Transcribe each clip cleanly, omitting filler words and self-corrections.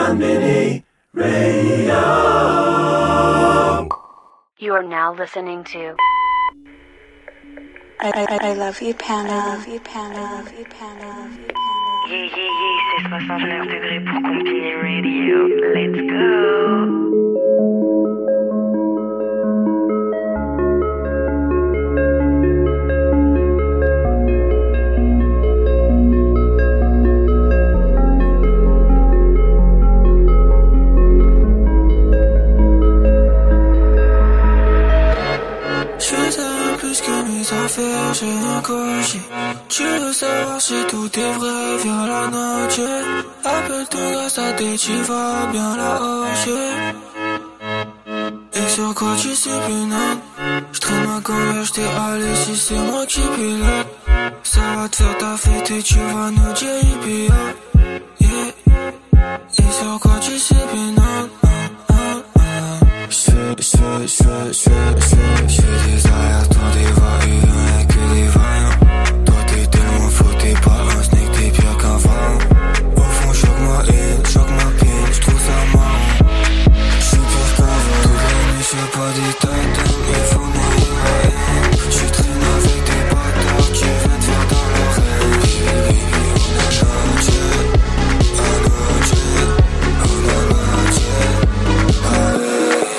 Mini Radio. You are now listening to I love you, Panda. I love you, Panda. I love you, Panda. I love you, Panda. Yeah, yeah, yeah, c'est 69 degrés pour Company Radio. Let's go. J'ai un cocher. Tu veux savoir si tout est vrai, viens la noche. Appelle ton gars, ça tu vas bien la hocher. Et sur quoi tu sais pénal? J'traîne ma combien j't'ai allé si c'est moi qui pilote. Ça va te faire ta fête et tu vas nous dire IPA. Yeah. Et sur quoi tu sais pénal? J'fais des allers-retours, des va-et-vient, que des vaillants. Toi t'es tellement faux, t'es pas un snake, t'es pire qu'un pharaon. Au fond choque ma haine, choque ma peine, j'trouve ça marrant. J'suis pire qu'avant, toute la nuit j'fais pas des titans. Il faut noyer la haine, tu traînes avec des bâtards, tu veux te faire dans l'oreille. Baby, on a la tienne, on a la tienne, allez.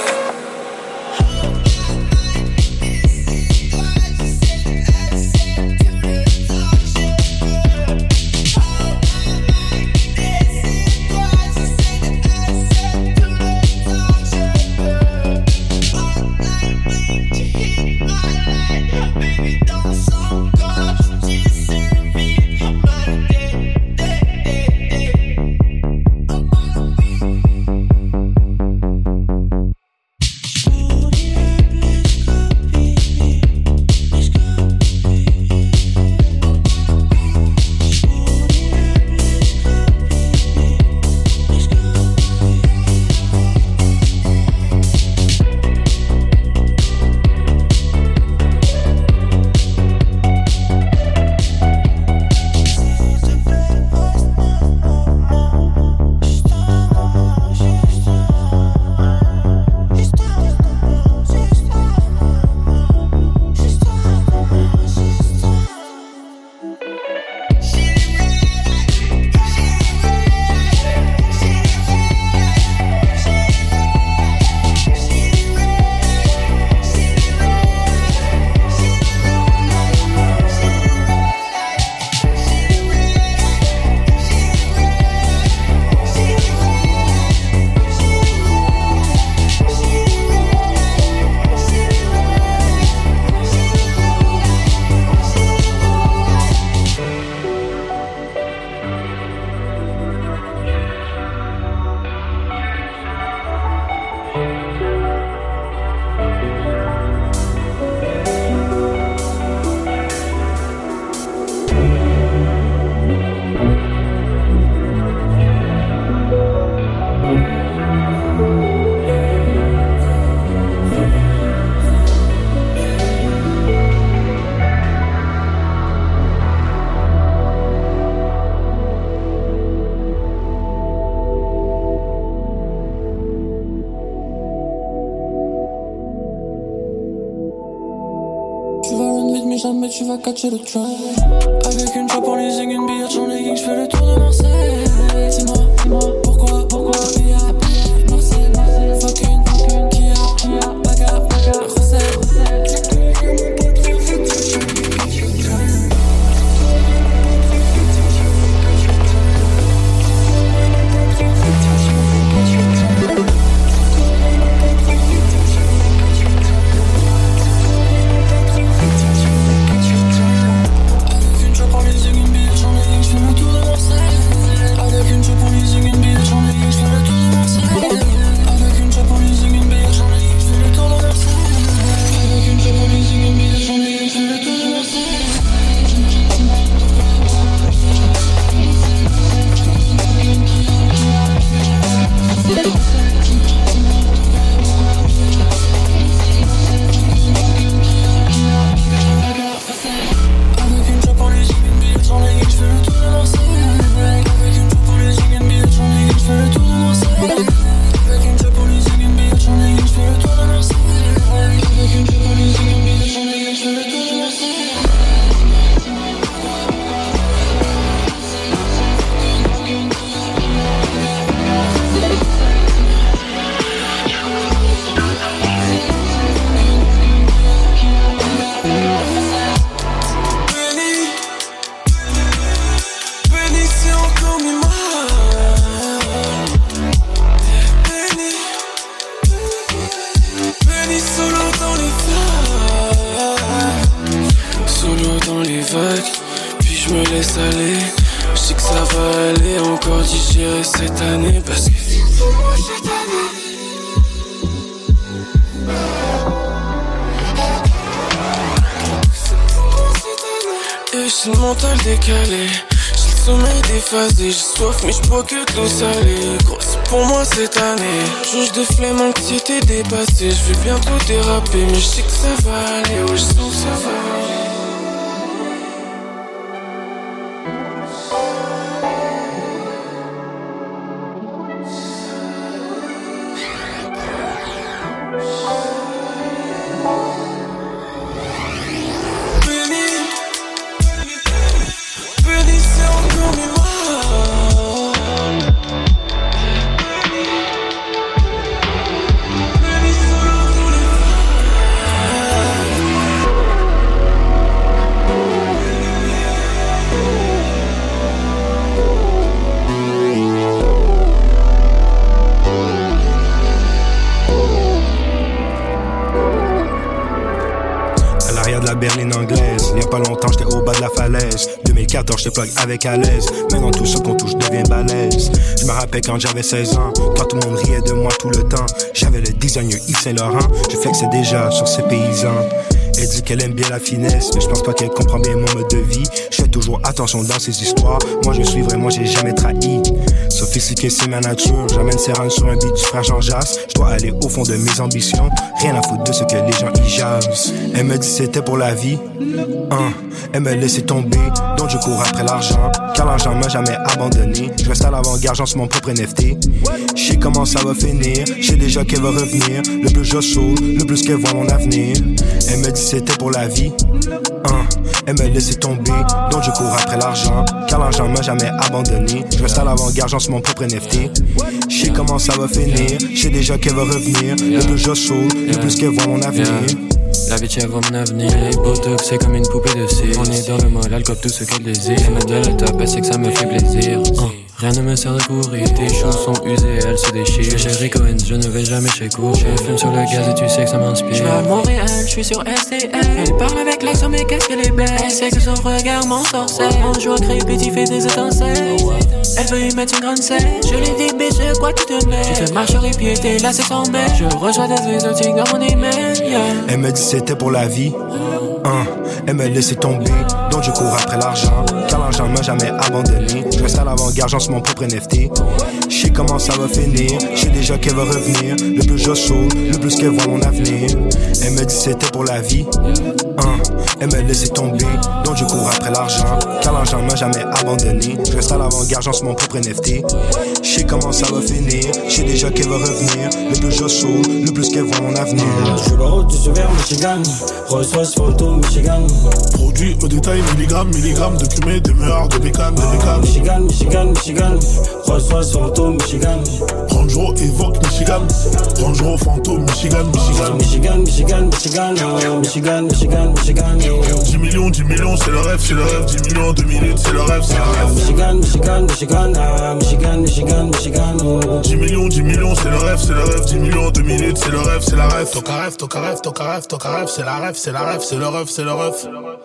Jamais tu vas catcher le train. Avec une job en leasing, une billette en legging, j'fais le tour de Marseille. Dis-moi, pourquoi, Marseille, fucking, Kia, bagarre, recette. Avec une job en leasing, une billette en legging, j'fais le tour de Marseille. Avec une job en leasing, une billette en legging. pleurer cette année parce que c'est pour moi cette année. Et j'ai le mental décalé, j'ai le sommeil déphasé, j'ai soif mais j'bois que de l'eau salée. Gros c'est pour moi cette année. Juge de flemme, anxiété dépassée, je vais bientôt déraper mais je sais que ça va aller, ouais je sens que ça va aller. Berline anglaise, il y a pas longtemps j'étais au bas de la falaise. 2014 j'te plug avec à l'aise. Maintenant tout ce qu'on touche devient balèze. Je me rappelle quand j'avais 16 ans, quand tout le monde riait de moi tout le temps. J'avais le designer Yves Saint Laurent, je flexais déjà sur ces paysans. Elle dit qu'elle aime bien la finesse, mais je pense pas qu'elle comprend bien mon mode de vie. Je fais toujours attention dans ces histoires. Moi je suis vrai, moi j'ai jamais trahi. Sophistiqué c'est ma nature, j'amène ses rangs sur un beat du frère Jean Jass. Je dois aller au fond de mes ambitions, rien à foutre de ce que les gens y jasent. Elle me dit c'était pour la vie, elle me laissait tomber, donc je cours après l'argent. Car l'argent m'a jamais abandonné, je reste à l'avant-garde, j'en suis mon propre NFT. Je sais comment ça va finir, je sais déjà qu'elle va revenir. Le plus je saute, le plus qu'elle voit mon avenir. Elle me dit c'était pour la vie, elle me laissait tomber, donc je cours après l'argent. Car l'argent m'a jamais abandonné, je reste à l'avant-garde, j'en suis mon propre NFT. Je sais comment ça va finir, je sais déjà qu'elle va revenir. Le plus je saute, le plus qu'elle voit mon avenir. La bitch elle voit mon avenir, les botox c'est comme une poupée de cire. On est dans le mall, elle cope tout ce qu'elle désire. Elle met de la top, elle sait que ça me fait plaisir. Rien ne me sert de courir, tes choses sont usées, elles se déchirent. Je suis chez Cohen, je ne vais jamais chez Cour. Je fume sur le gaz et tu sais que ça m'inspire. Je vais à Montréal, je suis sur STL. Elle parle avec l'accent mais qu'est-ce qu'elle est belle. Elle sait que son regard m'ensorcelle. On joue à crépit, il fait des étincelles. Elle veut y mettre une grande selle. Je lui dis bitch, je crois que tu te mets. Tu te marches sur les pieds, t'es là c'est sans bête. Je reçois des exotiques dans mon email, yeah. Elle me dit c'était pour la vie, elle me laissait tomber, donc je cours après l'argent. Car l'argent m'a jamais abandonné, je reste à l'avant-garde, j'en suis mon propre NFT. Je sais comment ça va finir, je sais déjà qu'elle va revenir. Le plus je saute, le plus qu'elle voit mon avenir. Elle me dit c'était pour la vie, elle me laissait tomber, donc je cours après l'argent. Car l'argent m'a jamais abandonné, je reste à l'avant-garde, j'en suis mon propre NFT. Je sais comment ça va finir, je sais déjà qu'elle va revenir. Le plus je saute, le plus qu'elle voit mon avenir. Je suis la route du vers Michigan, Rolls-Royce photo Michigan. Produit au détail, milligrammes de cumé, de meurs, de bécane, Michigan, Rolls-Royce fantôme Michigan. Range évoque Michigan, Range fantôme Michigan. 10 millions, c'est le rêve, 10 millions, 2 minutes, c'est le rêve, Michigan. 10 millions, c'est le rêve, 10 millions, 2 minutes, c'est le rêve, c'est la rêve. Toca rêve, c'est la rêve, c'est le rêve, c'est le rêve.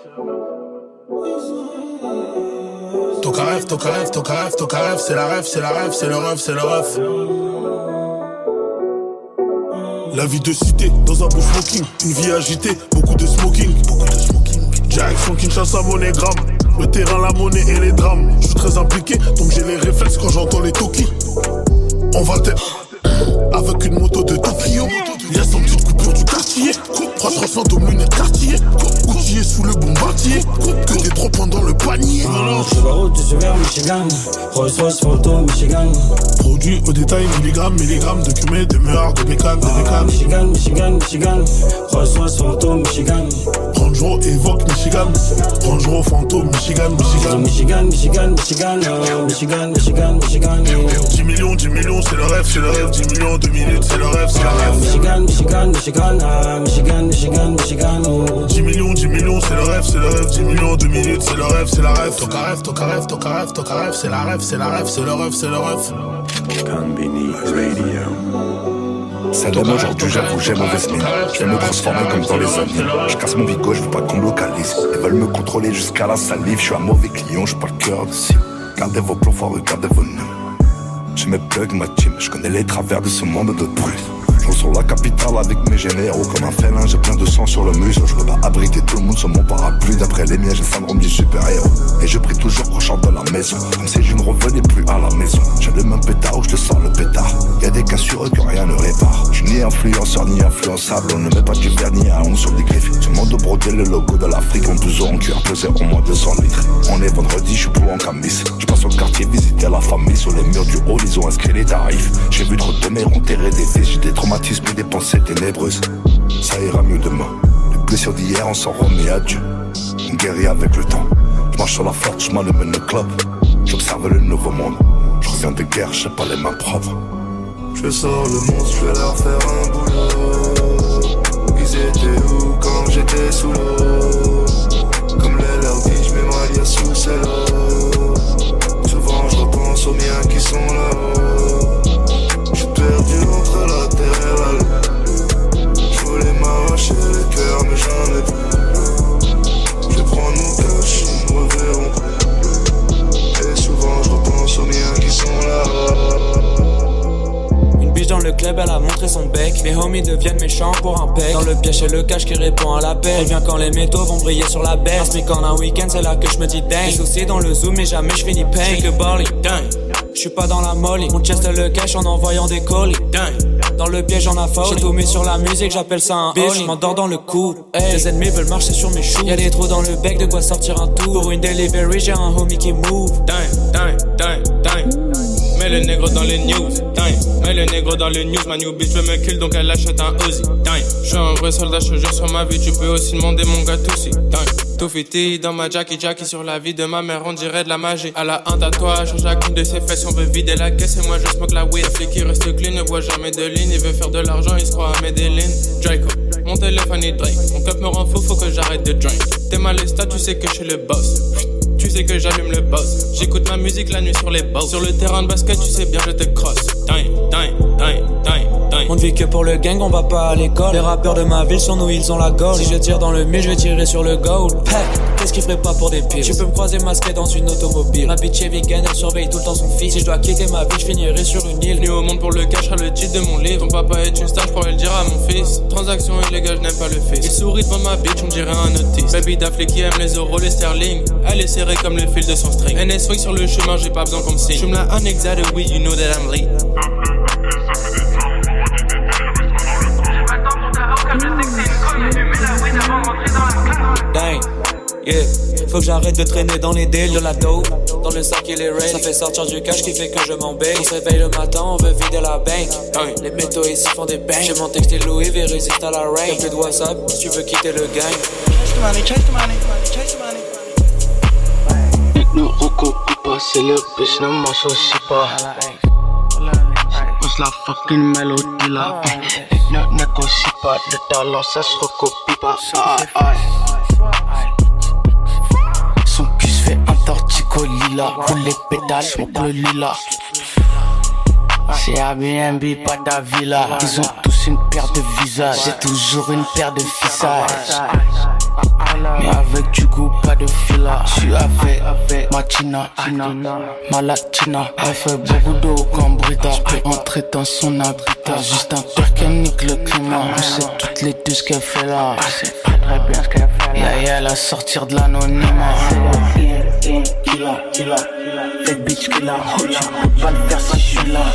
Toca rêve, c'est la rêve, c'est le rêve, c'est le rêve. La vie de cité, dans un beau smoking, une vie agitée, beaucoup de smoking. Direction Kinshasa, monégramme, le terrain, la monnaie et les drames. Je suis très impliqué, donc j'ai les réflexes quand j'entends les Toki. On va avec une moto de Tokyo. Y'a son petite coupure du quartier. 300 fantômes lunettes quartier. Outillé sous le bombardier. Que des trois points dans le panier. Je suis la route du vers Michigan, Rolls-Royce photo Michigan. Produit au détail, milligrammes de cumé, de meurs, de bécane, Michigan, Rolls-Royce fantôme Michigan. Range évoque Michigan, Range fantôme Michigan. 10 millions, c'est le rêve, 10 millions, 2 minutes, c'est le rêve, c'est la rêve. Michigan. 10 millions, c'est le rêve, 10 millions, 2 minutes, c'est le rêve, c'est la rêve. Toca rêve, c'est la rêve, c'est le rêve, c'est le rêve. Konbini Radio. Saddam aujourd'hui, j'avoue, j'ai mauvaise mine. Je vais me transformer comme dans les années. Je casse mon bigot, je veux pas qu'on me localise. Ils veulent me contrôler jusqu'à la salive. Je suis un mauvais client, je pas le cœur de cible. Gardez vos plombs, regardez vos nœuds. J'ai mes plugs, ma team, je connais les travers de ce monde de brut. Je roule sur la capitale avec mes généraux. Comme un félin, j'ai plein de sang sur le museau. Je peux pas abriter tout le monde sur mon parapluie. D'après les miens, j'ai le syndrome du super-héros. Et je prie toujours prochain de la maison, comme si je ne revenais plus à la maison. J'allume un pétard ou je te sors le pétard. Y'a des cas sur eux que rien ne répare. Je suis ni influenceur ni influençable. On ne met pas du vernis à 11 sur des griffes. Tout le monde brodé le logo de l'Afrique. En 12 ans en cuir pesait au moins 200 litres. On est vendredi, je suis pour en camis. Je passe au quartier visiter la famille. Sur les murs du hall, ils ont inscrit les tarifs. J'ai vu trop de mères enterrer des fils. J'ai des traumatismes et des pensées ténébreuses. Ça ira mieux demain. Les blessures d'hier, on s'en remet à Dieu. On guérit avec le temps. Je marche sur la flotte, je m'allume le club. J'observe le nouveau monde. Je reviens de guerre, j'ai pas les mains propres. Je sors le monstre, je vais leur faire un boulot. Ils étaient où quand j'étais sous l'eau? Comme les leur dit, je mets ma liasse sous celle-là. Souvent je repense aux miens qui sont là-haut. J'suis perdu entre la terre et la lune. J'voulais m'arracher le cœur mais j'en ai plus. J'vais prendre mon cash, ils me reverront plus. Et souvent je repense aux miens qui sont là-haut. Biche dans le club, elle a montré son bec. Mes homies deviennent méchants pour un pec. Dans le piège, c'est le cash qui répond à l'appel. Elle vient quand les métaux vont briller sur la baisse. Mais quand un week-end, c'est là que je me dis dingue. J'ai soucis dans le zoom, mais jamais je finis pain. J'fais que barley, dingue. J'suis pas dans la molly. On cheste le cash en envoyant des colis, dingue. Dans le piège, j'en a folie. J'ai tout mis sur la musique, j'appelle ça un bitch. J'm'endors dans le coup. Hey. Les ennemis veulent marcher sur mes choux. Y'a des trous dans le bec, de quoi sortir un tour. Pour une delivery, j'ai un homie qui move. Dingue. Mets le négro dans les news, dingue. Mets le négro dans les news, ma new bitch veut me kill donc elle achète un Uzi, dingue. J'suis un vrai soldat, j'te jure sur ma vie, tu peux aussi demander mon gars Toussi, dingue. Tout fiti dans ma Jackie sur la vie de ma mère, on dirait de la magie. Elle a un tatouage sur chacune de ses fesses, on veut vider la caisse et moi je smoke la weed. Flic qui reste clean, ne voit jamais de ligne, il veut faire de l'argent, il se croit à Medellin. Draco, mon téléphone est Drake, mon cup me rend fou, faut que j'arrête de drink. T'es malesta, tu sais que je suis le boss. Tu sais que j'allume le boss. J'écoute ma musique la nuit sur les boss. Sur le terrain de basket, tu sais bien, je te crosse. Dingue. On ne vit que pour le gang, on va pas à l'école. Les rappeurs de ma ville, sur nous, ils ont la gold. Si je tire dans le mille, je vais tirer sur le gold. Qu'est-ce qu'il ferait pas pour des piles? Tu peux me croiser masqué dans une automobile. Ma bitch est vegan, elle surveille tout le temps son fils. Si je dois quitter ma vie, je finirai sur une île. Venu au monde pour le cash, sera le titre de mon livre. Ton papa est une star, je pourrais le dire à mon fils. Transaction illégale, je n'aime pas le fils. Il sourit devant ma bitch, on dirait un autiste. Baby Daphne qui aime les euros, les sterling. Elle est serrée comme le fil de son string. NS sur le chemin, j'ai pas besoin qu'on me signe. J'suis la anexade, oui, you know that I'm late. Dang, yeah. Faut que j'arrête de traîner dans les délires de la dope. Dans le sac et les raids, ça fait sortir du cash qui fait que je m'embête. On se réveille le matin, on veut vider la bank. Les métaux ici font des bangs. J'ai mon textile Louis V résiste à la rain. Y'a plus de WhatsApp si tu veux quitter le gang. Chase the money. Ne recopie pas, c'est le bitch, ne m'associe pas. Pose la fucking mélodie là. Ne négocie pas, le talent ça se recopie pas. Son cul se fait un tortico lila. Roule les pédales, smoke le lilas. C'est Airbnb, pas ta villa. Ils ont tous une paire de visages. J'ai toujours une paire de fissages. Mais avec du goût, pas de fila. J'suis avec ma Tina, ma latina. Elle fait beaucoup d'eau comme Brita. J'peux entrer dans son habitat. Juste un père qui nique le climat. On sait toutes les deux ce qu'elle fait là. On sait pas très bien ce qu'elle fait là. Y'a elle à sortir de l'anonymat. Killa, fake bitch killa. Tu peux pas le faire si j'suis là.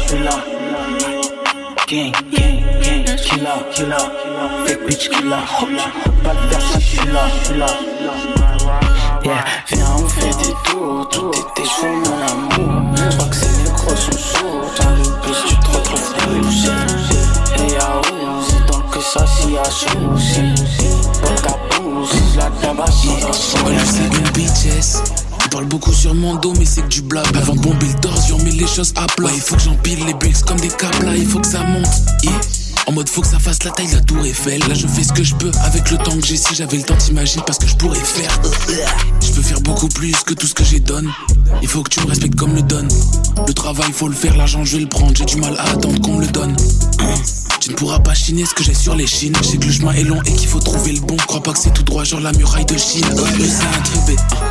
Gang, killa, fake bitch killa. Tu peux pas le faire si j'suis là. Yeah, viens on fait des tours, tout était chaud mon amour. J'crois que c'est les gros sont sourds. Dans le bus tu te retrouves poussé. Et y'a où, c'est donc que ça s'y a souci. Pour ta pousse, la tabasse. Voilà c'est une bitches. On parle beaucoup sur mon dos mais c'est que du blabla. Avant de bomber le torse, on met les choses à plat. Il faut que j'empile les bricks comme des caplas. Il faut que ça monte, yeah. En mode faut que ça fasse la taille de la tour Eiffel. Là je fais ce que je peux avec le temps que j'ai. Si j'avais le temps t'imagines pas ce que je pourrais faire. Je peux faire beaucoup plus que tout ce que j'ai donne. Il faut que tu me respectes comme le donne. Le travail faut le faire, l'argent je vais le prendre. J'ai du mal à attendre qu'on me le donne. Tu ne pourras pas chiner ce que j'ai sur les chines. Je sais que le chemin est long et qu'il faut trouver le bon. Crois pas que c'est tout droit genre la muraille de Chine. C'est un tribé.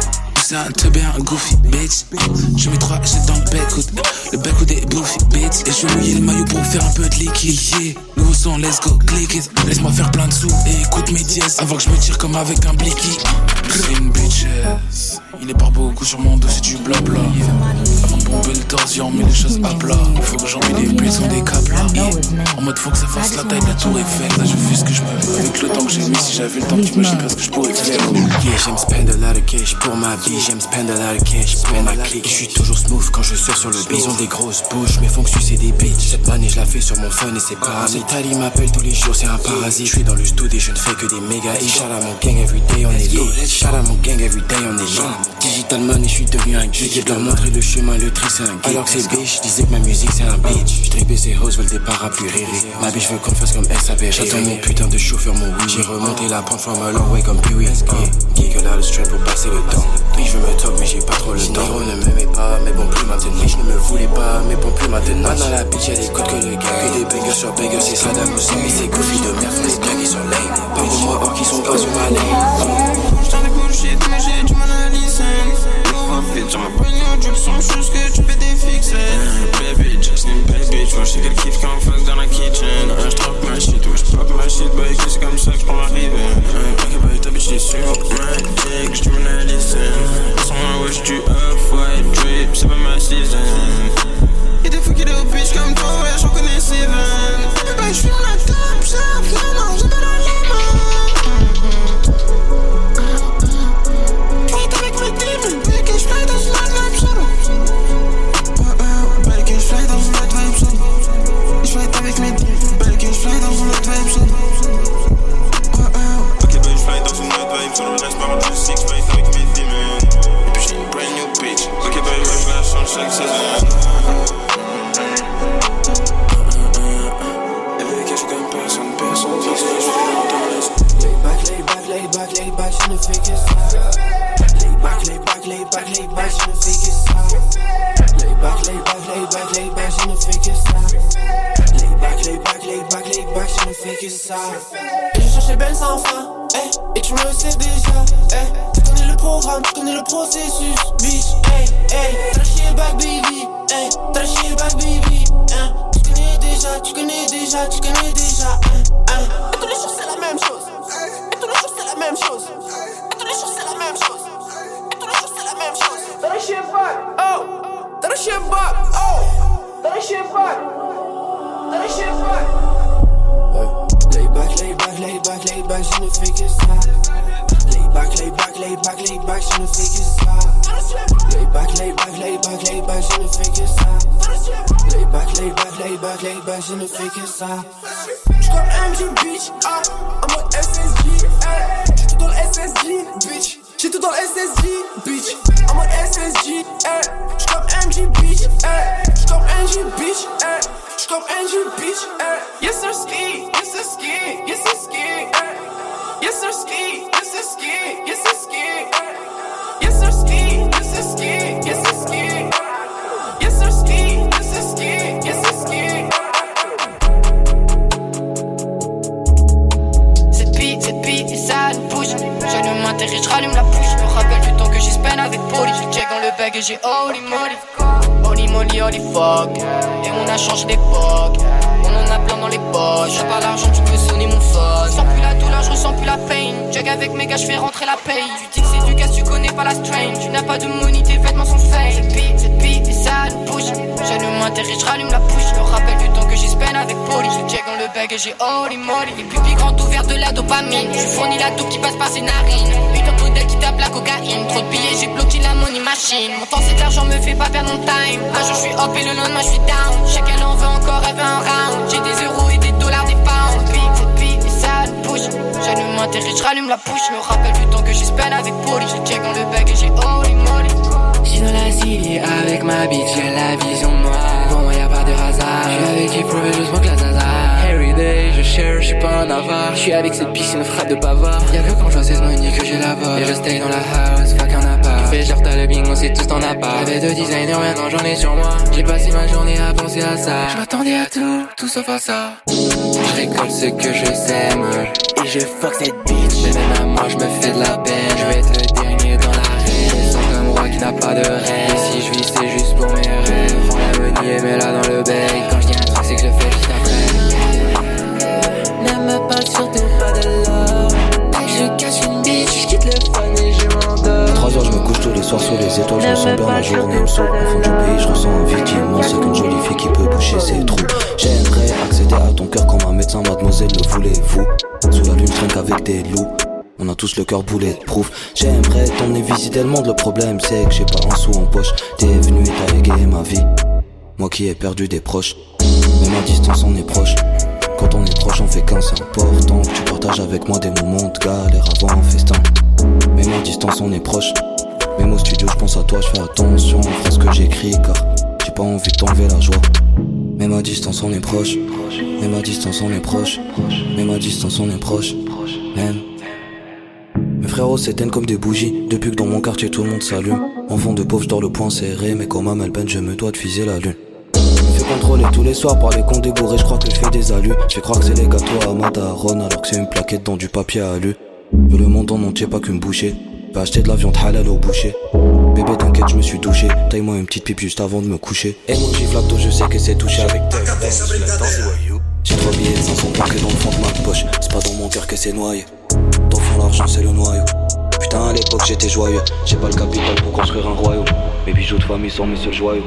c'est un teubé, un goofy, bitch. Je mets 3 jets dans le backwood. Le backwood est bouffi, bitch. Et je vais mouiller le maillot pour faire un peu de liquide. Yeah. Nouveau son, let's go, click it. Laisse-moi faire plein de sous et écoute mes dièses avant que je me tire comme avec un blicky. C'est une bitches. Il est pas beaucoup sur mon dos, c'est du blabla. Avant de bomber le torsion, mais les choses à plat. Faut que j'envoie des buts ou des câbles là. En mode faut que ça fasse la taille de la tour Eiffel. Là je fais ce que je peux avec le temps que j'ai mis. Si j'avais le temps, t'imagines pas ce que je pourrais faire. Yeah, j'aime spend a lot of cash pour ma vie. J'aime spend a lot of cash pour ma clique. Je suis toujours smooth quand je sors sur le beat. Ils ont des grosses bouches, mais font que sucer des bitches. Cette année je la fais sur mon phone et c'est pas assez. Tali m'appelle tous les jours, c'est un parasite. Je suis dans le studio et je ne fais que des méga hits. Shout à mon gang everyday, on est lit. Shout à mon gang everyday, on est lit. Digital money, je suis devenu un geek. Je leur montrer le chemin, le tri c'est un geek. Alors que ces bitches disaient que ma musique c'est un bitch. Je tripais ces hoes, veulent des parapluies riri. Ma bitch veut qu'on fasse comme elle savait. J'attends mon putain de chauffeur, mon oui. J'ai remonté la pente from a long way comme Pee-wee. Geek a lot of strength pour passer le temps. Oui je veux me talk mais j'ai pas trop le temps. Niro ne m'aimait pas mais bon plus maintenant. Je ne me voulais pas mais bon plus maintenant. Maintenant la bitch elle écoute que le gars. Que des bangers sur bangers c'est Saddam Hussein. Mais c'est goofy de merde, les blagues ils sont lame. Parle-moi or qui sont pas sur ma lane. J't'en ai bullshit mais j'ai du mal à listen. Fit sur ma poignée, drip son chose que tu fais des fixettes. Baby, just need baby, tu vois, j'sais qu'elle kiffe quand on fuck dans la kitchen. J'drop ma shit, ouais, j'pop ma shit, boy, c'est comme ça que j'prends ma rive. Ok, boy, ta bitch, t'es sur ma dick, j'du m'en listen. Sans moi, ouais, j'du off-white drip, c'est pas ma season. Y'a des fuckés de bitch comme toi, ouais, j'en connais Steven. Boy, j'fume la top, ça, non, j'ai pas la lime. Et je cherchais belle sans fin, et tu me le sais déjà, tu connais le programme, tu connais le processus, bitch, t'as lâché back baby, t'as lâché back baby, tu connais déjà, Et tous les jours c'est la même chose, Et tous les jours c'est la même chose, T'as lâché back, t'as lâché back, t'as lâché back. Lay back, je ne fais que ça. Lay back, je ne fais que ça. Lay back, je ne fais que ça. Lay back, je ne fais que ça. J'suis comme MG, bitch, en mode SSG, J'suis tout dans le SSG, bitch. J'suis tout dans le SSG, bitch. En mode SSG, J'suis comme MG, bitch, J'suis comme MG, bitch, J'suis comme MG, bitch, Yes sir ski, yes sir ski, yes sir ski, Yes sir ski, yes sir ski, yes sir ski, Yes sir ski, yes sir ski, yes sir ski, Yes sir ski, yes sir ski, yes sir ski. Cette beat et ça ne bouge. J'allume ma terre et j'rallume la bouche. Je me rappelle du temps que j'ai spend avec Polly. Je check dans le bag et j'ai holy moly. Holy moly, holy fuck. Et on a changé d'époque. On en a plein dans les poches. J'ai pas l'argent, tu peux sonner mon phone. Sans plus la douleur, je ressens plus la pain. Check avec mes gars, je fais rentrer la paye. Tu dis que c'est du gaz, tu connais pas la strain. Tu n'as pas de money, tes vêtements sont fake. Cette beat et ça ne bouge. J'allume ma terre et j'rallume la bouche. Je me rappelle du temps que j'ai spend avec Polly. Je check dans le bag et j'ai holy moly. Les pupilles grandes ouvertes de la dopamine. Je fournis la dope qui passe par ses narines. Une autre modèle qui tape la cocaïne. Trop de billets, j'ai bloqué la money machine. Mon temps, cet argent me fait pas perdre mon time. Un jour je suis up et le lendemain je suis down. Chacun en veut encore, elle veut un round. J'ai des euros et des dollars, des pounds. Cette beat et ça ne bouge. J'allume ma terre et j'rallume la bouche. Je me rappelle du temps que j'ai spend avec Polly. Je check dans le bag et j'ai holy moly. J'suis dans la city avec ma bitch, j'ai la vision noire. Pour moi y'a pas de hasard. J'suis avec qui prouver, je smoke la zaza. Everyday, je cherche, j'suis pas un avare. J'suis avec cette bitch, une frappe de bavard. Y'a que quand j'vois ces money que j'ai la voix. Et je stay dans la house, fuck un appart. Tu fais genre t'as le bingo, c'est tous en appart. J'avais de designer, maintenant j'en ai sur moi. J'ai passé ma journée à penser à ça. J'm'attendais à tout sauf à ça. J'récolte ce que je sème. Et je fuck cette bitch. Mais même à moi j'me fais de la peine. J'vais être le dernier dans l'arène. tu n'as pas de rêve. Et si je vis, c'est juste pour mes rêves. Prends l'avenir, mets-la dans le bec. Quand je dis un truc, c'est que je le fais juste après. Ne me parle surtout pas de love. Je casse une bitch, je quitte le fun et je m'endors. 3h, je me couche tous les soirs sous les étoiles. Je me sens bien, la journée me saoule. Au fond du pays, je ressens un vide immense. C'est qu'une jolie fille qui peut boucher ses trous. J'aimerais accéder à ton cœur comme un médecin, mademoiselle, le voulez-vous? Sous la lune, je traîne qu'avec des loups. On a tous le cœur bulletproof. J'aimerais t'emmener visiter le monde. Le problème, c'est que j'ai pas un sou en poche. T'es venu et t'as égayé ma vie. Moi qui ai perdu des proches. Même à distance, on est proche. Quand on est proche, on fait qu'un, c'est important que tu partages avec moi des moments de galère avant un festin. Même à distance, on est proche. Même au studio, je pense à toi, je fais attention à ce que j'écris car j'ai pas envie de t'enlever la joie. Même à distance, on est proche. Même à distance, on est proche. Même à distance, on est proche. Même. Mes frérots s'éteignent comme des bougies. Depuis que dans mon quartier, tout le monde s'allume. Enfant de pauvre, je dors le poing serré. Mais comme à Melbourne, je me dois de viser la lune. Contrôler tous les soirs par les cons débourrés, je crois que je fais des alus. Je fais croire que c'est les gâteaux à Madaron alors que c'est une plaquette dans du papier à alu. Veux le monde en entier, pas qu'une bouchée. Va acheter de la viande halal au boucher. Bébé t'inquiète, je me suis douché. Taille-moi une petite pipe juste avant de me coucher. Et mon gifle lacto, je sais que c'est touché avec tech. J'ai 3 billets de 500 planqués dans le fond de ma poche. C'est pas dans mon cœur que c'est noyé. Dans le fond l'argent c'est le noyau. Putain à l'époque j'étais joyeux. J'ai pas le capital pour construire un royaume. Mes bijoux de famille sont mes seuls joyaux.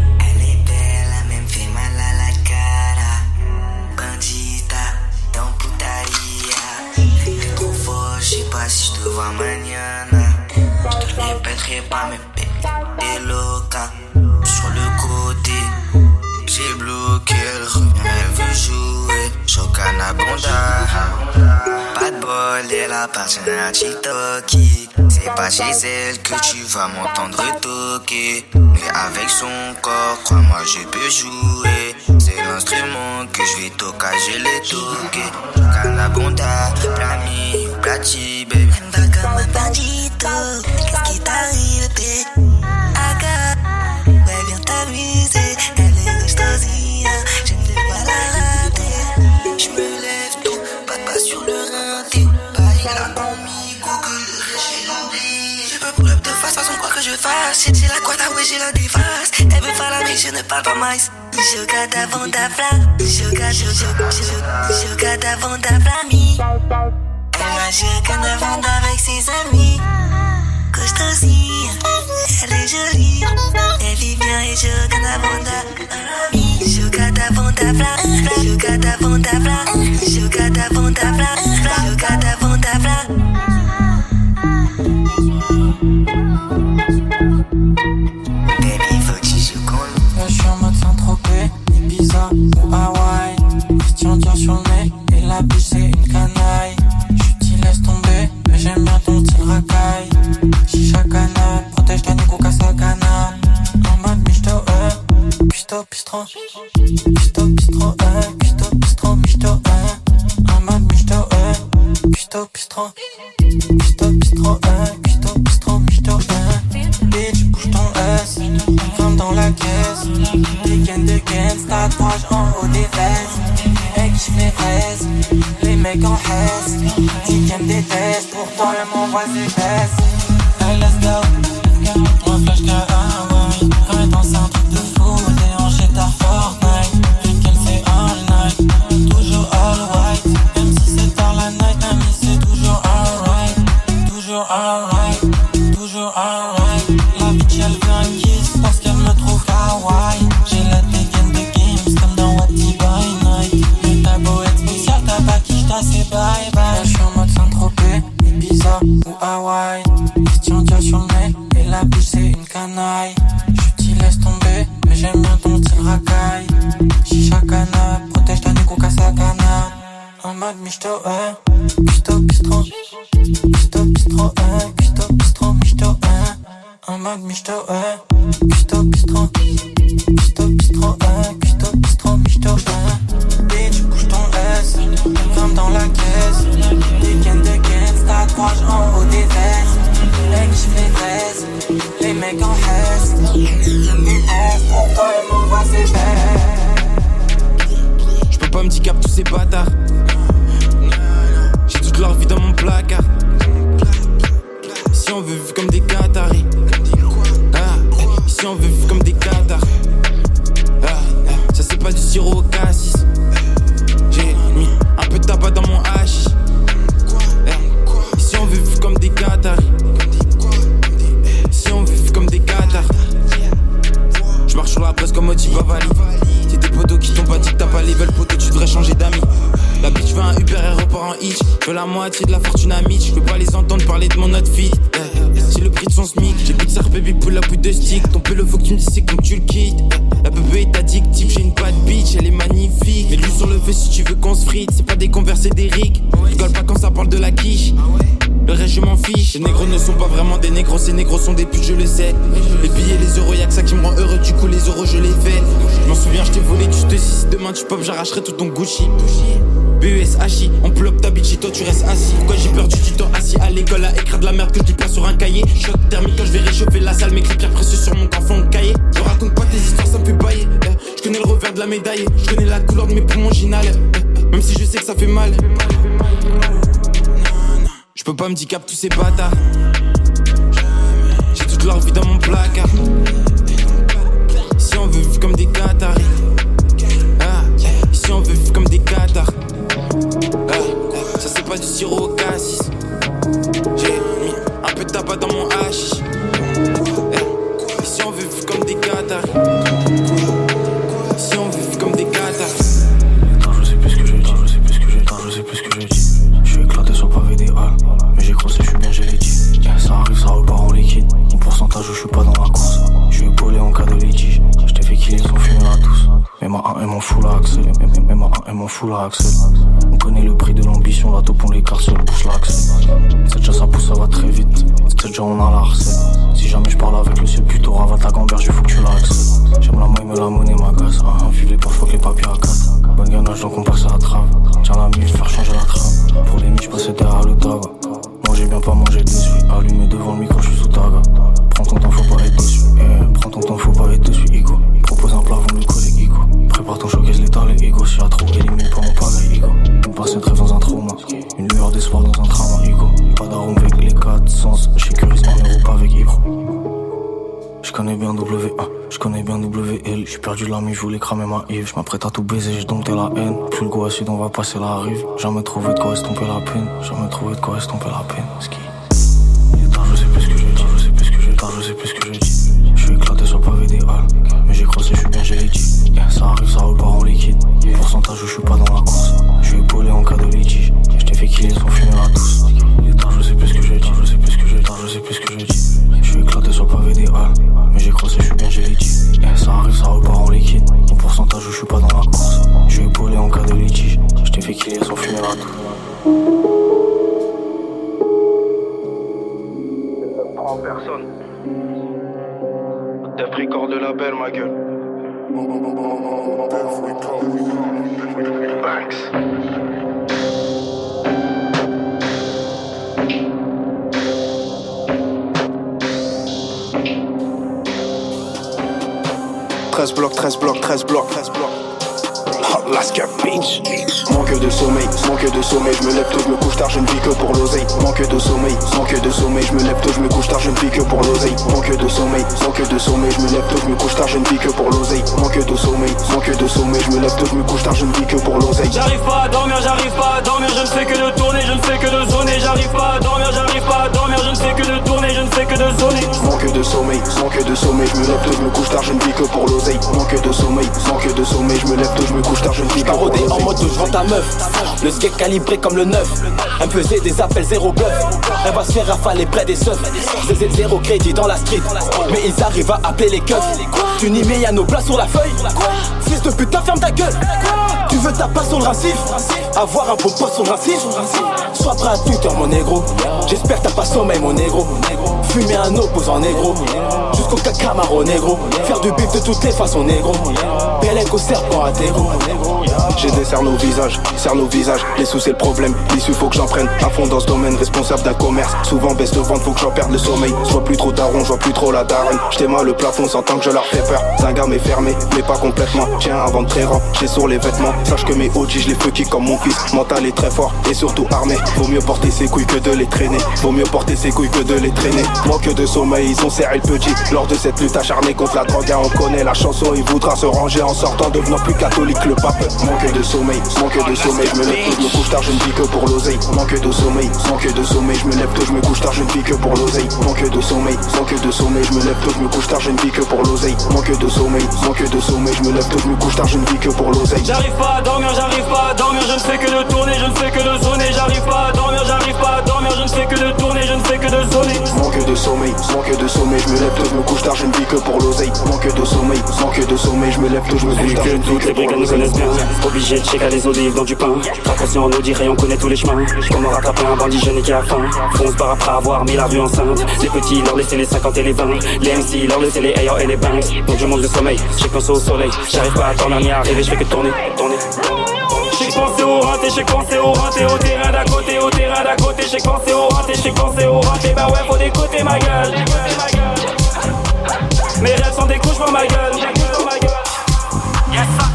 Si je te vois mañana, je te répéterai pas mes pétés locaux. Sur le côté, j'ai bloqué, elle revient, elle veut jouer. Chocana Bonda, pas de bol, elle appartient à TikTok. C'est pas chez elle que tu vas m'entendre toquer. Mais avec son corps, crois-moi, je peux jouer. C'est l'instrument que je vais toquer, je l'ai toqué. Chocana Bonda, Plami, Plati, baby. Elle va comme un bandito. Qu'est-ce qui t'arrive, bé? Aga, ouais, viens t'amuser. Elle est extasie, je ne vais pas la rater. Je me lève tôt, pas sur le rinté. Paille la amigo que le reste j'ai l'oubli. Je peux pull up de face, façon quoi que je fasse. J'ai la quota, ouais, j'ai la déface. Elle veut faire la mais je ne parle pas mais. Je garde avant ta flamme. Je garde avant ta flamme. Elle m'a chacun avant avec ses amis. Costaud aussi, elle est jolie. Elle vit bien et je garde avant ta amie. Je garde avant ta flamme. Je garde avant ta flamme. Je garde avant ta flamme. Je garde avant ta flamme. Baby, faut que tu joues con. Là, je suis en mode Saint-Tropez, Ibiza ou Hawaï. Christian Dior sur le nez et la biche c'est une canaille. Laisse tomber, mais j'aime bien ton style racaille. Chicha canal, protège ta nico casa canal. En mode michto, custo pistron. Custo pistron, custo pistron, michto, en mode michto, custo pistron. Custo pistron, custo pistron, michto, bitch, bouge ton S, crame dans la caisse. Des gains, tatouage en haut des fesses. Elle kiffe les fraises, les mecs en haisse. Ils me détestent, pourtant elle m'envoie ses fesses. Hey, let's go, moi flash que Hawaii. Quand elle danse un truc de fou, déhanché tard Fortnite. Vu qu'elle fait all night, toujours all white. Même si c'est tard la night, même si c'est toujours alright. Toujours alright, toujours alright. La bitch elle veut un kiss parce qu'elle me trouve kawaii. J'ai la dégaine de games comme dans What by Night. Mais t'as beau être spécial, t'as pas qui c'est bye bye. Là, je suis en mode Saint-Tropez, Ibiza ou Hawaï. Christian Dior sur le nez et la biche c'est une canaille. Je t'y laisse tomber, mais j'aime bien ton style racaille. Chicha cana, protège ta nico casa cana. En mode michto, custo pistron. Custo pistron, custo pistron, michto, en mode michto, custo pistron. Custo pistron, custo pistron, michto, bitch, bouge ton S, comme dans la caisse. Des gaines de gains, tatouage en haut des vestes. Mec, je fais 13, les mecs en haisse. Pourtant elle m'envoie ses fesses. J'peux pas me dire cap tous ces bâtards. J'ai toute leur vie dans mon placard. Si on veut vivre comme des Qataris, poteau, tu devrais changer d'amis. La bitch veut un Uber et repart en hitch. Je veux la moitié de la fortune à Mitch. Je peux pas les entendre parler de mon outfit. C'est le prix de son SMIC. J'ai plus de serre baby pour la bout de stick. Ton pélo faut que tu me dises c'est quand tu le quittes. La bébé est addictive, j'ai une bad bitch, elle est magnifique. Mets-lui sur le feu si tu veux qu'on se frite. C'est pas des convers, c'est des rics. Je rigole pas quand ça parle de la quiche. Le reste je m'en fiche. Les négros ne sont pas vraiment des négros. Ces négros sont des putes, je le sais. Les billets, les euros, y'a que ça qui me rend heureux. Du coup les euros je les fais. Je m'en souviens, je t'ai volé, tu te dis si demain tu pop, j'arracherai tout ton Gucci. BES Hachi, on pull up ta bitch et toi tu restes assis. Pourquoi j'ai perdu du temps assis à l'école à écrire de la merde que je dis pas sur un cahier. Choc thermique quand je vais réchauffer la salle, m'écris pierre précieux sur mon carton de cahier. Je raconte pas tes histoires, ça me fait bailler. Je connais le revers de la médaille, je connais la couleur de mes poumons ginales. Même si je sais que ça fait mal. Je peux pas me handicap tous ces bâtards. J'ai toute leur vie dans mon placard. Ici on veut vivre comme des Qataris. Ici on veut vivre comme des Qatars. Ça c'est pas du sirop au cassis. J'ai mis un peu de tabac dans mon hache. Ici on veut vivre comme des Qataris. Ici on veut vivre comme des Qatars. Je sais plus ce que je dis, je sais plus ce que je dis, je sais plus ce que je dis. Je suis éclaté sur pavé des halles, mais j'ai crossé, je suis bien génétique. Ça arrive, ça repart en liquide. Mon pourcentage, je suis pas dans la course. Je suis épaulé en cas de litige. Je t'ai fait killer, ils ont fumé à tous. Mais ma 1 et mon full à Axel. Mais ma 1 et mon full à Axel. On connaît le prix de l'ambition, la taupe on les carcelle, pousse l'axel. C'est déjà ça pousse, ça va très vite. C'est déjà on a la recette. Si jamais je parle avec le ciel plutôt ravale ta gamberge, il faut que tu l'accèdes. J'aime la maille, mais la monnaie m'agace. Un filet pas, j'fuck les papiers à 4. Bonne ganache, donc on passe à la trave. Tiens la mille, faire changer la trame. Pour les miches, je passais derrière le tabac. Manger bien, pas manger déçu. Allumé devant le micro, je suis sous taga. Prends ton temps, faut pas être déçu. Prends ton temps, faut pas être dessus, Igo. Propose un plat avant de le coller, Igo. Prépare ton showcase létal, les Igo. Si y'a trop, élimine pas mon pagaille, Igo. On passe une trêve dans un trauma. Une lueur d'espoir dans un trauma, Igo. Pas d'arôme avec les 4 sens. J'sécurise en Europe avec Ibro. J'connais bien W1, j'connais bien WL. J'suis perdu de l'ami, j'voulais cramer ma Yves. J'm'apprête à tout baiser, j'ai dompté la haine. Plus le go acide, on va passer la rive. Jamais trouvé de quoi estomper la peine. Jamais trouvé de quoi estomper la peine. Ski. Je sais plus ce que je dis, je sais plus ce que je dis, je sais plus ce que je dis. J'suis éclaté sur pavé des halles, mais j'ai crossé, j'suis bien génétique. Ça arrive, ça repart en liquide. Pourcentage, je suis pas dans la course. J'suis épaulé en cas de litige. J't'ai fait killer, ils ont fumé la douce. Je sais plus ce que je dis, je sais plus ce que je dis, je sais plus ce que je dis. J'suis éclaté sur pavé des halles, mais j'ai crossé, j'suis bien génétique. Ça arrive, ça repart en liquide. Mon pourcentage, je suis pas dans la course. J'suis épaulé en cas de litige. J't'ai fait killer, ils ont fumé la douce. Prends personne. Def Record de la belle, ma gueule. Banks. 13 blocs, 13 blocs, 13 blocs, 13 blocs. Alaska Beach. Manque de sommeil, je me lève tôt, je me couche tard, je ne vis que pour l'oseille. Manque de sommeil, je me lève tôt, je me couche tard, je ne vis que pour l'oseille. Manque de sommeil, je me lève tôt, je me couche tard, je ne vis que pour l'oseille. Manque de sommeil, je me lève tôt, je me couche tard, je ne vis que pour l'oseille. J'arrive pas à dormir, je ne fais que de tourner, je ne fais que de zoner. J'arrive pas à dormir, je ne fais que de tourner, je ne fais que de zoner. Manque de sommeil, je me lève tôt, je me couche tard, je ne vis que pour l'oseille. Manque de sommeil, je me lève tôt, je me couche tard, je ne vis que pour l'oseille. En mode je vends ta meuf, le skate calibré comme le 9. Elle me faisait des appels zéro bluff. Elle va se faire rafaler près des seufs. C'est zéro crédit dans la street, mais ils arrivent à appeler les keufs. Tu n'y mets y'a nos plats sur la feuille. Fils de putain ferme ta gueule. Tu veux ta place sur le racif, avoir un bon poste sur le racif. Sois prêt à tout mon négro. J'espère que t'as pas sommeil mon négro. Fumer un opposant négro, jusqu'au cacamaro négro. Faire du bif de toutes les façons négro. Bélec au serpent à terreau. J'ai des cernes au visage, les sous c'est le problème, l'issue faut que j'en prenne. À fond dans ce domaine, responsable d'un commerce. Souvent baisse de vente, faut que j'en perde le sommeil. Je vois plus trop daron, je vois plus trop la daronne. J'témoins le plafond sans tant que je leur fais peur. Zingam est fermé, mais pas complètement. Tiens avant de très rang, j'ai sur les vêtements. Sache que mes OG, je les feu qui comme mon fils. Mental est très fort et surtout armé. Vaut mieux porter ses couilles que de les traîner. Manque de sommeil, ils ont serré le petit. Lors de cette lutte acharnée contre la drogue, on connaît la chanson. Il voudra se ranger en sortant, devenant plus catholique que le pape. Manque manque de sommeil, manque de sommeil, je me lève tôt, je me couche tard, je ne vis que pour l'oseille. Manque de sommeil, je me lève tôt, je me couche tard, je ne vis que pour l'oseille. Manque de sommeil, je me lève tôt, je me couche tard, je ne vis que pour l'oseille. Manque de sommeil, je me lève tôt, je me couche tard, je ne vis que pour l'oseille. J'arrive pas à dormir, je ne fais que de tourner, je ne fais que de zoner. J'arrive pas à dormir, je ne fais que de tourner, je ne fais que de zoner. Manque de sommeil, je me lève tôt, je me couche tard, je ne vis que pour l'oseille. Manque de sommeil, je me lève tôt, je me couche tard, je ne vis toutes les brigands nous connaissent bien. Obligé de checker les olives dans du pain. Pas conscient, on nous dirait, on connaît tous les chemins. Comment rattraper un bandit jeune et qui a faim. Fonce par après avoir mis la rue enceinte. Les petits leur laisser les 50 et les 20. Les MC leur laisser les AR et les bangs. Donc je manque de sommeil, j'ai pensé au soleil. J'arrive pas à dormir ni à rêver, je fais que tourner. J'ai pensé au raté, au terrain d'à côté, j'ai pensé au raté, bah ouais faut décoter ma gueule. Mes rêves sont des couches pour ma gueule. Yes sir.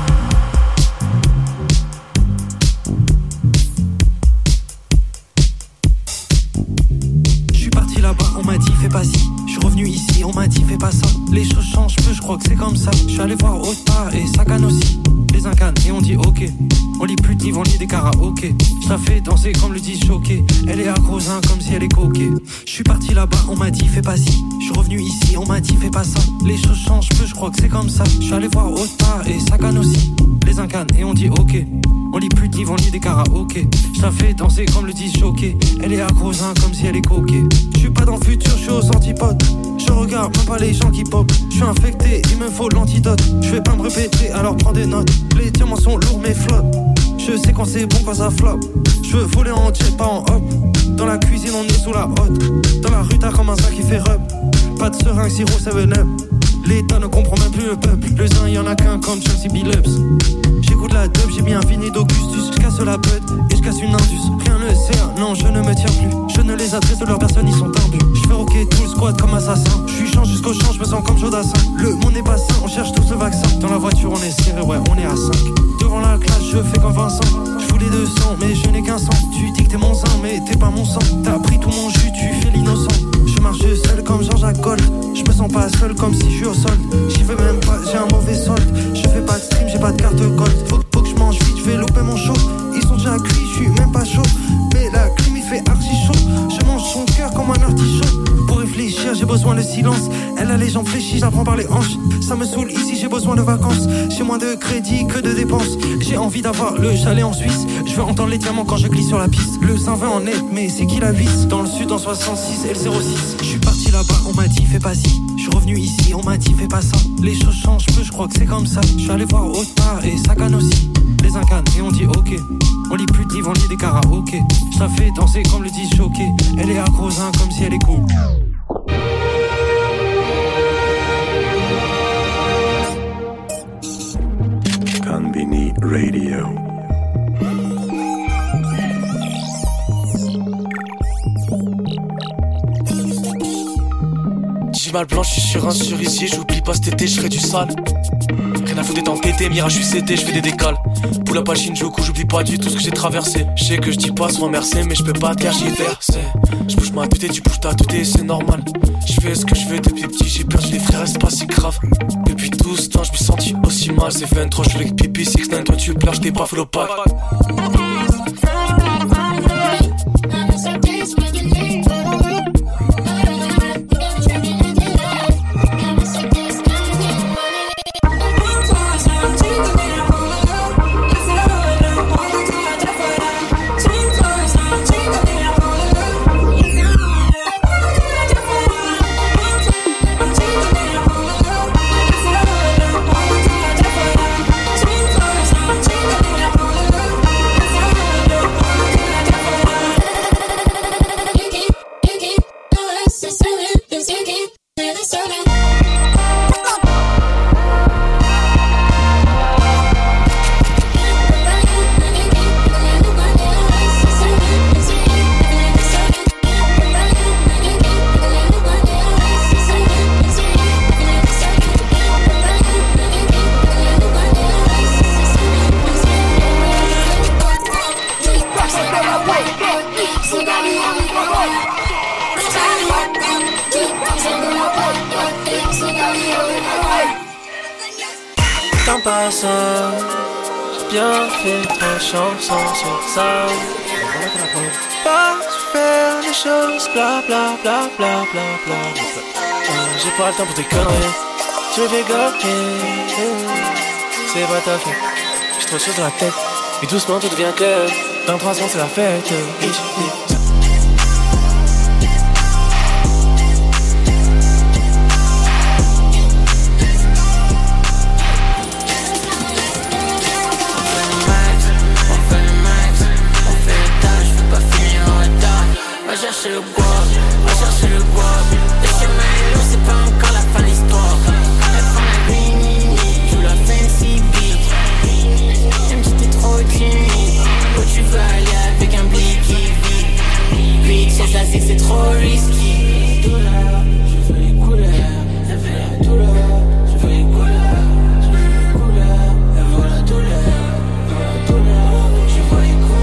J'suis parti là-bas, on m'a dit fais pas ci. J'suis revenu ici, on m'a dit fais pas ça. Les choses changent peu, j'crois que c'est comme ça. J'suis allé voir Ota et Sagan aussi. Les incanes et on dit ok. On lit plus de livres, on lit des karaokés. J'la fais danser comme le disent choqué. Elle est accrosin comme si elle est coquée. J'suis parti là-bas, on m'a dit fais pas ci. J'suis revenu ici, on m'a dit fais pas ça. Les choses changent peu, j'crois que c'est comme ça. J'suis allé voir Ota et Sagan aussi. Les incanes et on dit ok. On lit plus de livres, on lit des karaokés. J'la fais danser comme le disent choqué. Elle est accrosin comme si elle est coquée. J'suis pas dans le futur, j'suis aux antipodes. Je regarde même pas les gens qui pop. J'suis infecté, il me faut l'antidote. J'vais pas me répéter, alors prends des notes. Les diamants sont lourds mais flottent. Je sais quand c'est bon quand ça flop. Je veux voler en jet, pas en hop. Dans la cuisine on est sous la hotte. Dans la rue t'as comme un sac qui fait rub. Pas de seringue, sirop, 7-up. L'État ne comprend même plus le peuple. Le zin y'en a qu'un comme Chelsea Billups. J'écoute la dub, j'ai bien fini d'Augustus. J'casse la bud et j'casse une indus. Rien ne sert, non je ne me tiens plus. Je ne les adresse de leur personne, ils sont imbus. J'fais rocker tout le squad comme assassin. J'suis champ jusqu'au champ, j'me sens comme Jodassin. Le monde n'est pas sain, on cherche tous le vaccin. Dans la voiture on est serré, ouais on est à 5. Devant la classe je fais comme Vincent. J'voulais 200 mais je n'ai qu'un sang. Tu dis que t'es mon sein mais t'es pas mon sang. T'as pris tout mon jus, tu fais l'innocent. Je marche seul comme Jean-Jacques Gold. Je me sens pas seul comme si je suis au sol. J'y veux même pas, j'ai un mauvais solde. Je fais pas de stream, j'ai pas de carte gold. Faut que je mange vite, je vais louper mon show. Ils sont déjà cuits, je suis même pas chaud. Mais la clim il fait archi chaud. Je mange son cœur comme un artichaut. Pour réfléchir, j'ai besoin de silence. Elle a les jambes fléchies, je la prends par les hanches. Ça me saoule ici, j'ai besoin de vacances. J'ai moins de crédit que de dépenses. J'ai envie d'avoir le chalet en Suisse. Je veux entendre les diamants quand je glisse sur la piste. Le 120 en net, mais c'est qui la vis? Dans le sud en 66 et le 06. Je suis parti là-bas, on m'a dit fais pas ci. Je suis revenu ici, on m'a dit fais pas ça. Les choses changent peu, je crois que c'est comme ça. Je suis allé voir Ota et Sagan aussi. Les incanes et on dit ok. On lit plus de livres, on lit des karaokés. Je la fais danser comme le disent choqué. Elle est accrosin comme si elle est cool. Conbini Radio. J'ai mal blanc, je suis sur un cerisier. J'oublie pas cet été, je ferai du sale. Rien à foutre d'être entêté, mirage, je suis cédé, je fais des décales. Pour la pachine, je couche, j'oublie pas du tout ce que j'ai traversé. Je sais que je dis pas sois merci, mais je peux pas tergiverser. Je bouge ma tête, tu bouges ta tête, c'est normal. Je fais ce que je veux depuis petit, j'ai perdu les frères, c'est pas si grave. Depuis tout ce temps, je me senti aussi mal. C'est 23, je suis avec pipi, 6-9, toi tu pleures, j't'ai pas fait le pack. bien fait 3 chansons sur ça. Pas faire les choses, bla bla bla bla bla bla. J'ai pas le temps pour tes conneries. Tu me fais gagner. C'est pas ta faute. J'ai trop de choses dans la tête. Et doucement tout devient clair. Dans 3 secondes c'est la fête. Va chercher le guap, va chercher le guap. Le chemin est long, c'est pas encore la fin de l'histoire. Elle prend la green, joue la fancy beat. Même si t'es trop timide, où tu veux aller avec un blicky vide. Bitch, c'est ça, c'est que c'est trop risky. Douleur, je veux les couleurs. Elle veut la douleur, je veux les couleurs. Je veux les couleurs, elle veut la douleur. Je veux la douleur, je veux les couleurs.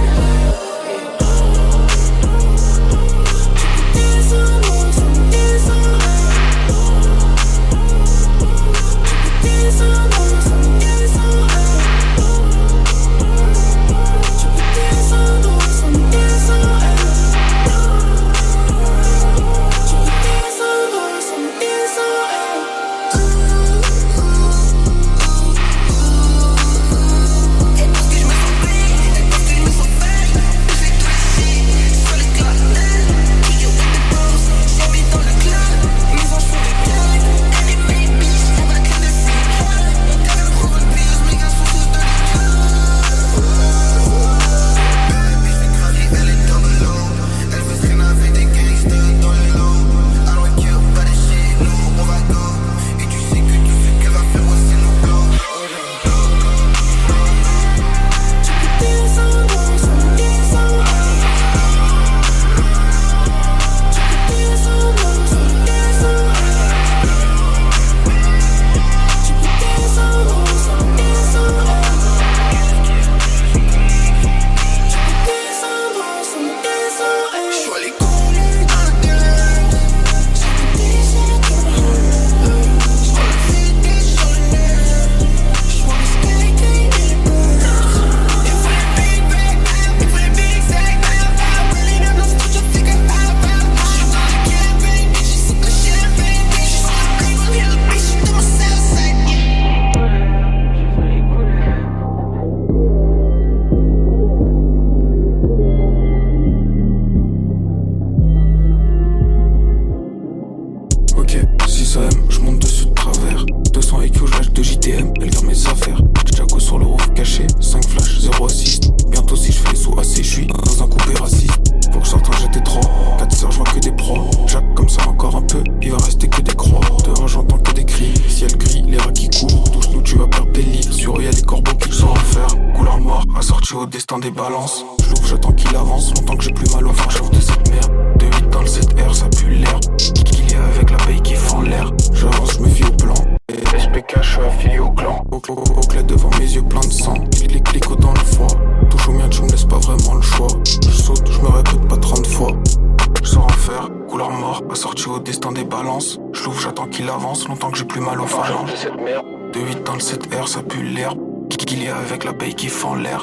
Des balances, je l'ouvre, j'attends qu'il avance. Longtemps que j'ai plus mal au ventre, j'ouvre de cette merde. 2-8 dans le 7R, ça pue l'air. Qu'il y a avec la paye qui fend l'air. J'avance, je me fie au plan. SPK, je suis affilié au clan. Au clé devant mes yeux plein de sang. Les clics dans le foie. Touche au mien, tu me laisses pas vraiment le choix. Je saute, je me répète pas 30 fois. Je sors en fer, couleur mort, assorti au destin des balances. Je l'ouvre, j'attends qu'il avance. Longtemps que j'ai plus mal au phalanges. 2-8 dans le 7R, ça pue l'air. Qu'il y a avec la paye qui fend l'air.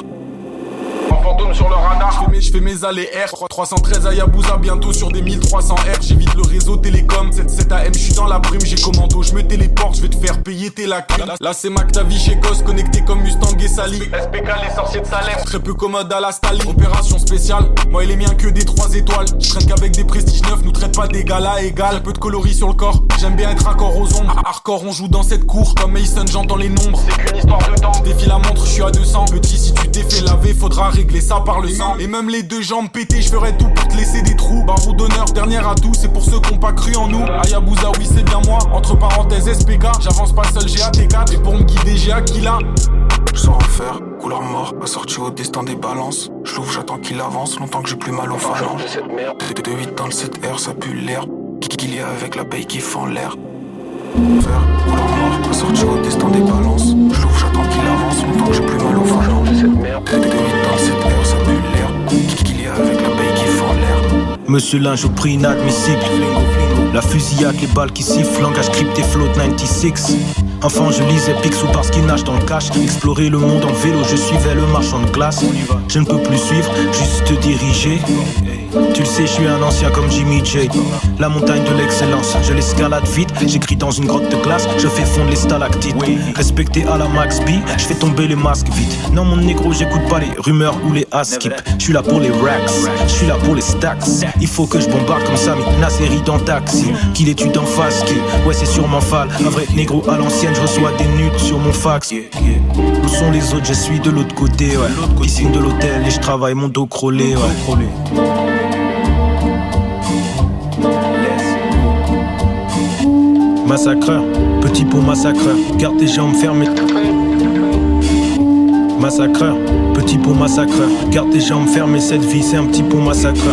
Fantôme sur le radar, je fais mes allées R 313 à Yabusa, bientôt sur des 1300 R. J'évite le réseau télécom, 7 AM, je suis dans la brume, j'ai commando, je me téléporte, je vais te faire payer tes lacs. Là c'est Mac, ta vie chez Goss, connecté comme Mustang et Sally. SPK, les sorciers de Salem, très peu commode à la Staline. Opération spéciale, moi et les miens que des 3 étoiles. Je traîne qu'avec des prestiges neufs, nous traite pas d'égal à égal. Un peu de coloris sur le corps, j'aime bien être accord aux ombres. Hardcore, on joue dans cette cour, comme Mason, j'entends les nombres. C'est qu'une histoire de temps, défie la montre, je suis à 200. Petit, si tu t'es fait laver, faudra régler ça par le sang. Et même les 2 jambes pétées, je ferai tout pour te laisser des trous. Barreau d'honneur, dernier atout, c'est pour ceux qui ont pas cru en nous. Ayabusa, oui c'est bien moi, entre parenthèses SPK. J'avance pas seul, j'ai AT4, et pour me guider j'ai Aquila. Je sors en fer, couleur mort, assorti au destin des balances. Je l'ouvre, j'attends qu'il avance, longtemps que j'ai plus mal aux phalanges. 2-8 dans le 7R, ça pue l'air. Qu'il y a avec la paye qui fend l'air. Fer, couleur mort, assorti au destin des balances. Je l'ouvre, j'attends qu'il avance, longtemps que j'ai plus mal aux phalanges. 2-8 dans le 7R, ça pue l'air. Qu'il y a avec la paye qui fend l'air. Monsieur Linge au prix inadmissible. La fusillade, les balles qui sifflent, langage crypté float 96. Enfant, je lisais Picsou parce qu'il nage dans le cash. Explorer le monde en vélo, je suivais le marchand de glace. Je ne peux plus suivre, juste diriger. Tu le sais, je suis un ancien comme Jimmy J. La montagne de l'excellence, je l'escalade vite. J'écris dans une grotte de glace, je fais fondre les stalactites. Respecté à la Max B, je fais tomber les masques vite. Non mon négro, j'écoute pas les rumeurs ou les askip. Je suis là pour les racks, je suis là pour les stacks. Il faut que je bombarde comme Sami Nasseri dans Taxi. Qu'il étude en face, ouais c'est sûrement fall. Un vrai négro à l'ancienne, je reçois des nudes sur mon fax. Où sont les autres, je suis de l'autre côté, ouais. Piscine de l'hôtel et je travaille mon dos crôlé, ouais. Massacreur, petit pot massacreur, garde tes jambes fermées. Massacreur, petit pot massacreur, garde tes jambes fermées, cette vie c'est un petit pot massacreur.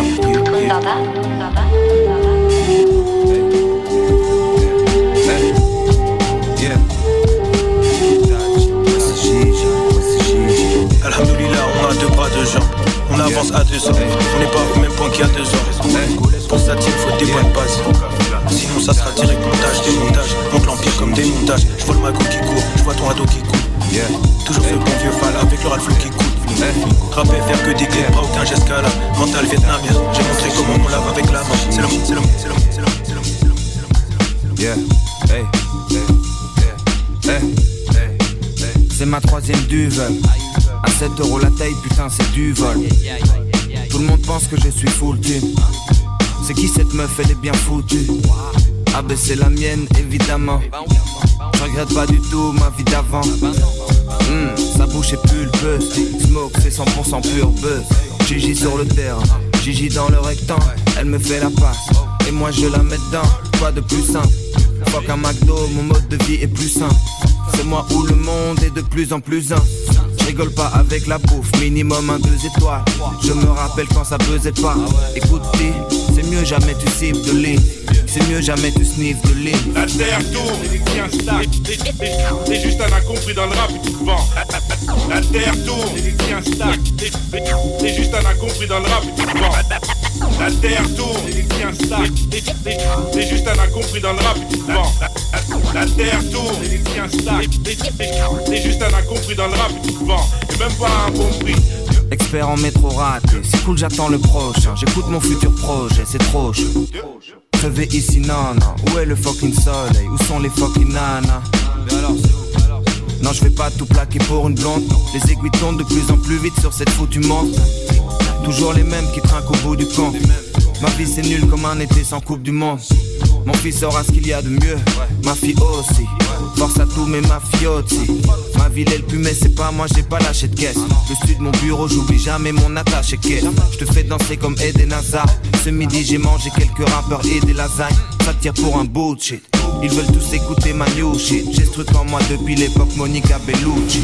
Alhamdoulilah, on a deux bras, deux jambes, on avance à 2 ans, on n'est pas au même point qu'il y a 2 ans. Pour ça, il faut des bonnes bases. Sinon ça sera direct montage, démontage. Monte l'empire comme démontage. Je vois le magot qui court, je vois ton ado qui court. Toujours ce bon vieux fall avec le ralflou qui coûte. Rapper, faire que des clés, pas aucun geste là. Mental vietnamien, j'ai montré comment on lave avec la main. C'est l'homme, c'est l'homme, c'est l'homme, c'est l'homme, c'est l'homme, c'est l'homme, c'est l'homme. Yeah, c'est ma 3ème duve. À 7 € la taille, putain c'est du vol. Tout le monde pense que je suis full team. C'est qui cette meuf, elle est bien foutue. Ah ben c'est la mienne, évidemment. Je regrette pas du tout ma vie d'avant. Sa bouche est pulpeuse. Smoke, c'est 100% pur buzz. Gigi sur le terrain, Gigi dans le rectangle. Elle me fait la passe, et moi je la mets dedans. Quoi de plus simple? Fuck un McDo, mon mode de vie est plus sain. C'est moi où le monde est de plus en plus un. Je rigole pas avec la bouffe, minimum 1, 2 étoiles. Je me rappelle quand ça pesait pas. Écoute, c'est mieux jamais tu cibles de ligne. C'est mieux jamais tu sniffes de ligne. La terre tourne, t'es juste un incompris dans le rap et tu te vends. La terre tourne, t'es juste un incompris dans le rap et tu te vends. La terre tourne, t'es juste un incompris dans le rap et tu te vends. La terre tourne, t'es juste un incompris dans le rap et tu te vends. Et même pas un bon prix. Expert en métro raté, c'est cool, j'attends le prochain. J'écoute mon futur projet, c'est trop chaud. Crever ici, non, non. Où est le fucking soleil? Où sont les fucking nanas? Non, je vais pas tout plaquer pour une blonde. Les aiguilles tournent de plus en plus vite sur cette foutue montre. Toujours les mêmes qui trinquent au bout du camp. Ma vie c'est nul comme un été sans coupe du monde. Mon fils saura ce qu'il y a de mieux, ma fille aussi. Force à tous mes mafiosi. Ma ville est le plus mais c'est pas moi, j'ai pas lâché de caisse. Le sud de mon bureau, j'oublie jamais mon attaché caisse. Je te fais danser comme Eden Hazard. Ce midi j'ai mangé quelques rappeurs et des lasagnes. Ça tire pour un bullshit. Ils veulent tous écouter ma new shit. J'ai ce truc en moi depuis l'époque Monica Bellucci.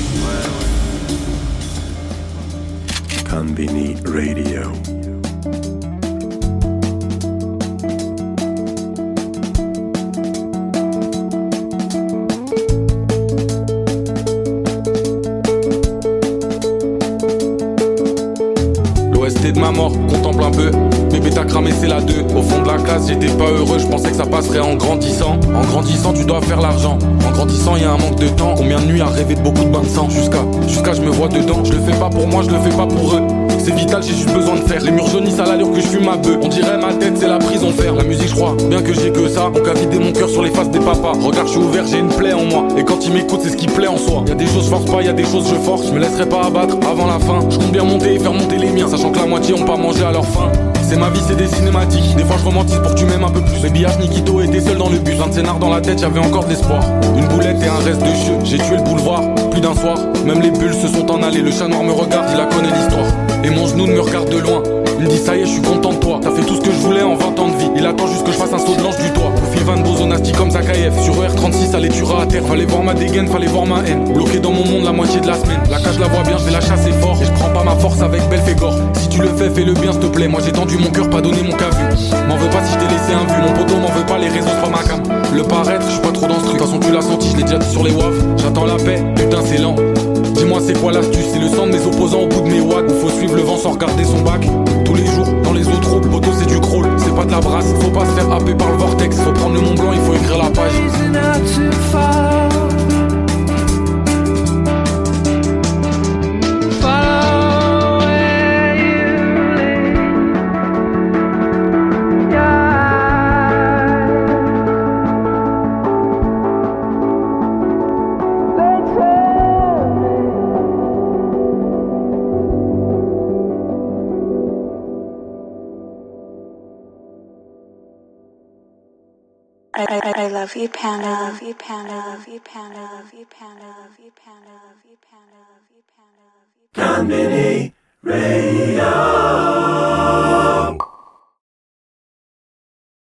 Conbini Radio. De ma mort, contemple un peu. Bébé t'as cramé c'est la 2. Au fond de la classe j'étais pas heureux. Je pensais que ça passerait en grandissant. En grandissant tu dois faire l'argent. En grandissant y a un manque de temps. Combien de nuits à rêver de beaucoup de bains de sang. Jusqu'à je me vois dedans. Je le fais pas pour moi, je le fais pas pour eux. C'est vital, j'ai juste besoin de faire. Les murs jaunissent à l'allure que je fume ma bœuf. On dirait ma tête c'est la prison fer. La musique je crois bien que j'ai que ça. Donc à vider mon cœur sur les faces des papas. Regarde je suis ouvert, j'ai une plaie en moi. Et quand ils m'écoutent c'est ce qui plaît en soi. Y'a des choses je force pas, y'a des choses je force. Je me laisserai pas abattre avant la fin. Je compte bien monter et faire monter les miens. Sachant que la moitié ont pas mangé à leur faim. C'est ma vie, c'est des cinématiques. Des fois je romantise pour que tu m'aimes un peu plus. Les billages Nikito était seul dans le bus. Un de scénar dans la tête, j'avais encore de l'espoir. Une boulette et un reste de cheveux. J'ai tué le boulevard, plus d'un soir. Même les bulles se sont en allées. Le chat noir me regarde, il a connaît l'histoire. Et mon genou me regarde de loin. Il me dit ça y est, je suis content de toi. T'as fait tout ce que je voulais en 20 ans de vie. Il attend juste que je fasse un saut de l'ange du toit. Profil Van Bozonasti comme Zakayev. Sur ER36, ça les tuera à terre. Fallait voir ma dégaine, fallait voir ma haine. Bloqué dans mon monde la moitié de la semaine. La cage la vois bien, je vais la chasser fort. Et je prends pas ma force avec Belphégor. Si tu le fais, fais-le bien, s'il te plaît. Moi j'ai tendu mon cœur, pas donné mon cas vu. M'en veux pas si je t'ai laissé un vu. Mon poteau m'en veut pas, les réseaux c'est pas ma cam. Le paraître, je suis pas trop dans ce truc. De toute façon tu l'as senti, je l'ai déjà dit sur les WAV. J'attends la paix, putain c'est lent. Dis-moi c'est quoi l'astuce, c'est le sang de mes opposants au bout de mes watts. Où faut suivre le vent sans regarder son bac. Tous les jours, dans les eaux troubles, poteau c'est du crawl. C'est pas de la brasse, faut pas se faire happer par le vortex. Faut prendre le Mont Blanc, il faut écrire la page. I love you, Panda. I love you, Panda. I love you, Panda. I love you, Panda. I love you, Panda. I love you, Panda. I love you, Panda. Conbini Radio.